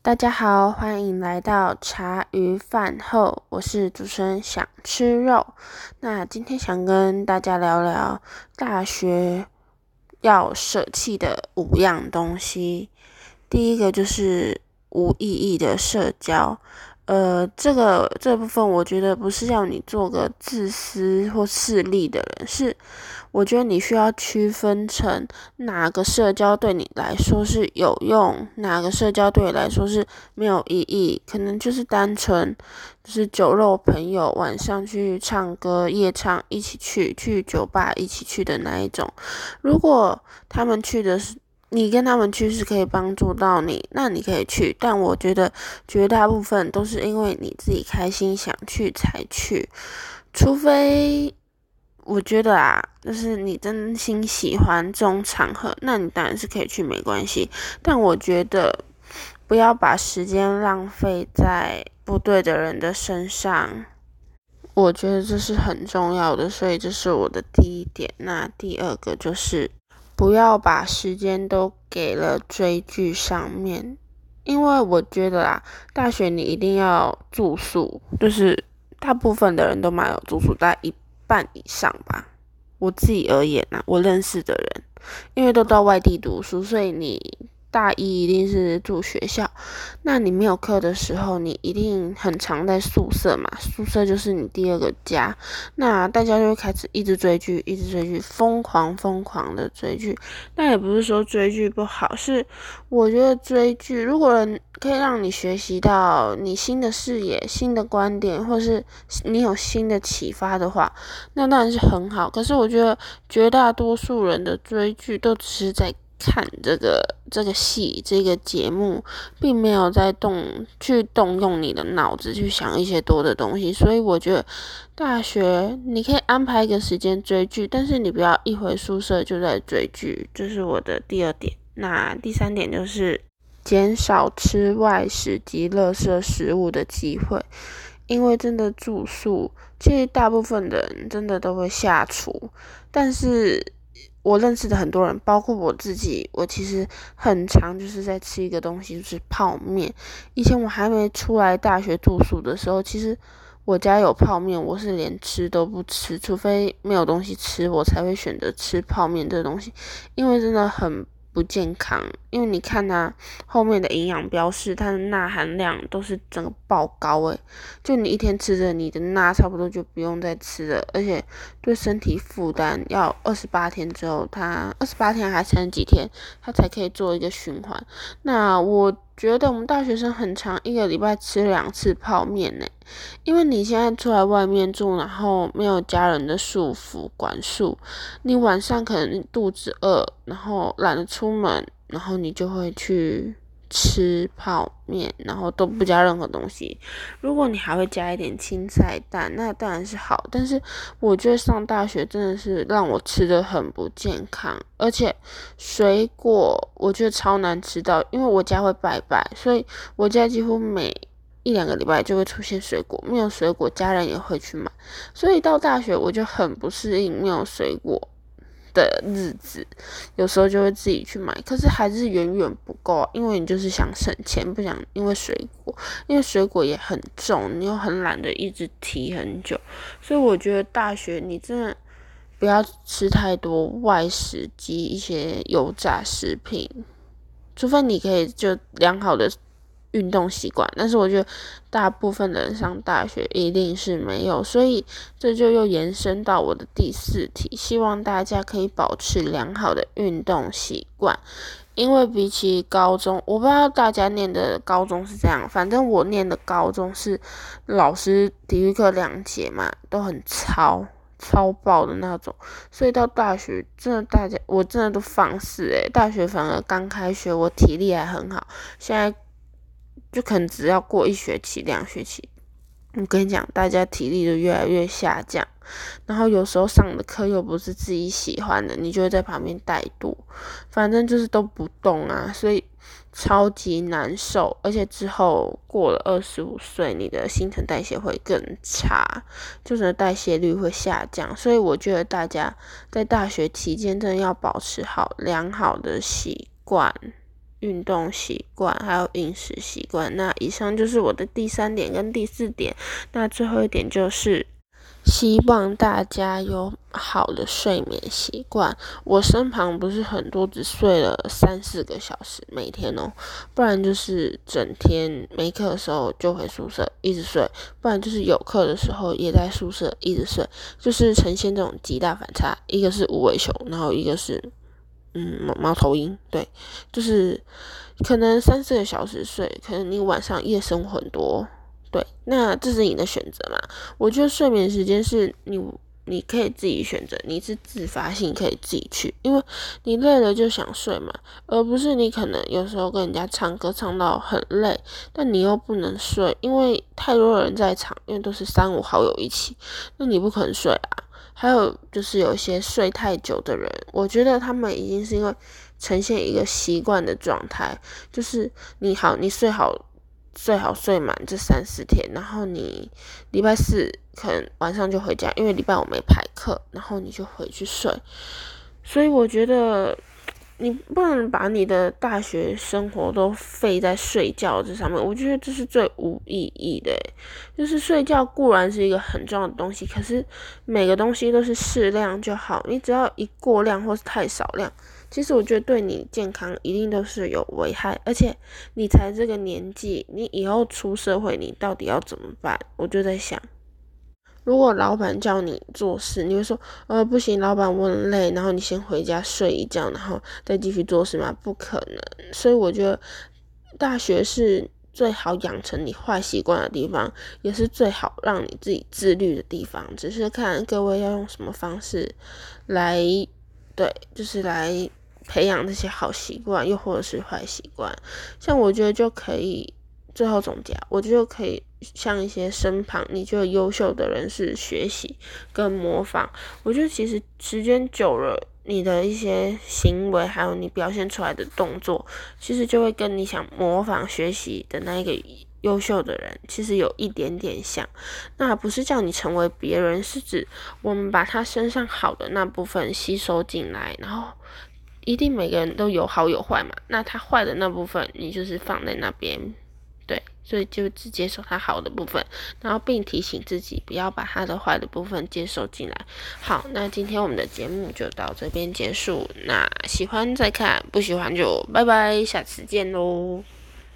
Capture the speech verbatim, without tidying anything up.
大家好，欢迎来到茶余饭后，我是主持人想吃肉。那今天想跟大家聊聊大学要舍弃的五样东西。第一个就是无意义的社交。呃，这个这部分我觉得不是要你做个自私或势利的人，是我觉得你需要区分成哪个社交对你来说是有用，哪个社交对你来说是没有意义。可能就是单纯就是酒肉朋友，晚上去唱歌夜唱一起去，去酒吧一起去的那一种。如果他们去的是你跟他们去是可以帮助到你，那你可以去，但我觉得绝大部分都是因为你自己开心想去才去，除非我觉得啊，就是你真心喜欢这种场合，那你当然是可以去，没关系。但我觉得不要把时间浪费在不对的人的身上，我觉得这是很重要的，所以这是我的第一点。那第二个就是不要把时间都给了追剧上面，因为我觉得啦，大学你一定要住宿，就是大部分的人都蛮有住宿，大概一半以上吧。我自己而言啊，我认识的人，因为都到外地读书，所以你大一一定是住学校，那你没有课的时候，你一定很常在宿舍嘛，宿舍就是你第二个家，那大家就会开始一直追剧，一直追剧，疯狂疯狂的追剧。那也不是说追剧不好，是我觉得追剧如果可以让你学习到你新的视野、新的观点，或是你有新的启发的话，那当然是很好。可是我觉得绝大多数人的追剧都只是在看这个这个戏这个节目，并没有在动去动用你的脑子去想一些多的东西，所以我觉得大学你可以安排一个时间追剧，但是你不要一回宿舍就在追剧，这是我的第二点。那第三点就是减少吃外食及垃圾食物的机会，因为真的住宿其实大部分的人真的都会下厨，但是我认识的很多人，包括我自己，我其实很常就是在吃一个东西，就是泡面。以前我还没出来大学住宿的时候，其实我家有泡面，我是连吃都不吃，除非没有东西吃，我才会选择吃泡面这东西，因为真的很不健康。因为你看它后面的营养标示，它的钠含量都是整个爆高诶，就你一天吃着，你的钠差不多就不用再吃了，而且对身体负担要二十八天之后，它二十八天还剩几天，它才可以做一个循环。那我觉得我们大学生很常一个礼拜吃两次泡面呢，因为你现在出来外面住，然后没有家人的束缚管束，你晚上可能肚子饿，然后懒得出门，然后你就会去吃泡面，然后都不加任何东西。如果你还会加一点青菜蛋，那当然是好。但是我觉得上大学真的是让我吃的很不健康，而且水果我觉得超难吃到，因为我家会拜拜，所以我家几乎每一两个礼拜就会出现水果，没有水果家人也会去买，所以到大学我就很不适应没有水果的日子，有时候就会自己去买，可是还是远远不够啊，因为你就是想省钱，不想因为水果，因为水果也很重，你又很懒得一直提很久，所以我觉得大学你真的不要吃太多外食及一些油炸食品，除非你可以就良好的运动习惯，但是我觉得大部分的人上大学一定是没有，所以这就又延伸到我的第四题，希望大家可以保持良好的运动习惯，因为比起高中，我不知道大家念的高中是这样，反正我念的高中是老师体育课两节嘛，都很超超爆的那种，所以到大学真的大家我真的都放肆诶、欸，大学反而刚开学我体力还很好，现在就可能只要过一学期两学期，我跟你讲，大家体力就越来越下降，然后有时候上的课又不是自己喜欢的，你就会在旁边怠惰，反正就是都不动啊，所以超级难受，而且之后过了二十五岁，你的新陈代谢会更差，就是代谢率会下降，所以我觉得大家在大学期间真的要保持好良好的习惯。 运动习惯，还有饮食习惯。那以上就是我的第三点跟第四点。那最后一点就是希望大家有好的睡眠习惯。我身旁不是很多只睡了三四个小时每天哦，不然就是整天没课的时候就回宿舍一直睡，不然就是有课的时候也在宿舍一直睡，就是呈现这种极大反差。一个是无尾熊，然后一个是嗯猫猫头鹰，对，就是可能三四个小时睡，可能你晚上夜生活很多。对，那这是你的选择嘛？我觉得睡眠时间是你你可以自己选择，你是自发性可以自己去，因为你累了就想睡嘛，而不是你可能有时候跟人家唱歌唱到很累，但你又不能睡，因为太多人在场，因为都是三五好友一起，那你不可能睡啊。还有就是有一些睡太久的人，我觉得他们已经是因为呈现一个习惯的状态，就是你好，你睡好。睡好睡满这三四天，然后你礼拜四可能晚上就回家，因为礼拜五没排课，然后你就回去睡。所以我觉得你不能把你的大学生活都废在睡觉这上面，我觉得这是最无意义的。就是睡觉固然是一个很重要的东西，可是每个东西都是适量就好，你只要一过量或是太少量，其实我觉得对你健康一定都是有危害，而且你才这个年纪，你以后出社会你到底要怎么办？我就在想，如果老板叫你做事，你会说呃不行，老板我很累，然后你先回家睡一觉，然后再继续做事吗？不可能。所以我觉得大学是最好养成你坏习惯的地方，也是最好让你自己自律的地方，只是看各位要用什么方式来，对，就是来培养这些好习惯，又或者是坏习惯。像我觉得就可以最后总结，我觉得可以向一些身旁你觉得优秀的人士学习跟模仿。我觉得其实时间久了，你的一些行为还有你表现出来的动作，其实就会跟你想模仿学习的那一个优秀的人其实有一点点像。那不是叫你成为别人，是指我们把他身上好的那部分吸收进来，然后一定每个人都有好有坏嘛，那他坏的那部分你就是放在那边，对，所以就只接受他好的部分，然后并提醒自己不要把他的坏的部分接受进来。好，那今天我们的节目就到这边结束，那喜欢再看，不喜欢就拜拜，下次见咯。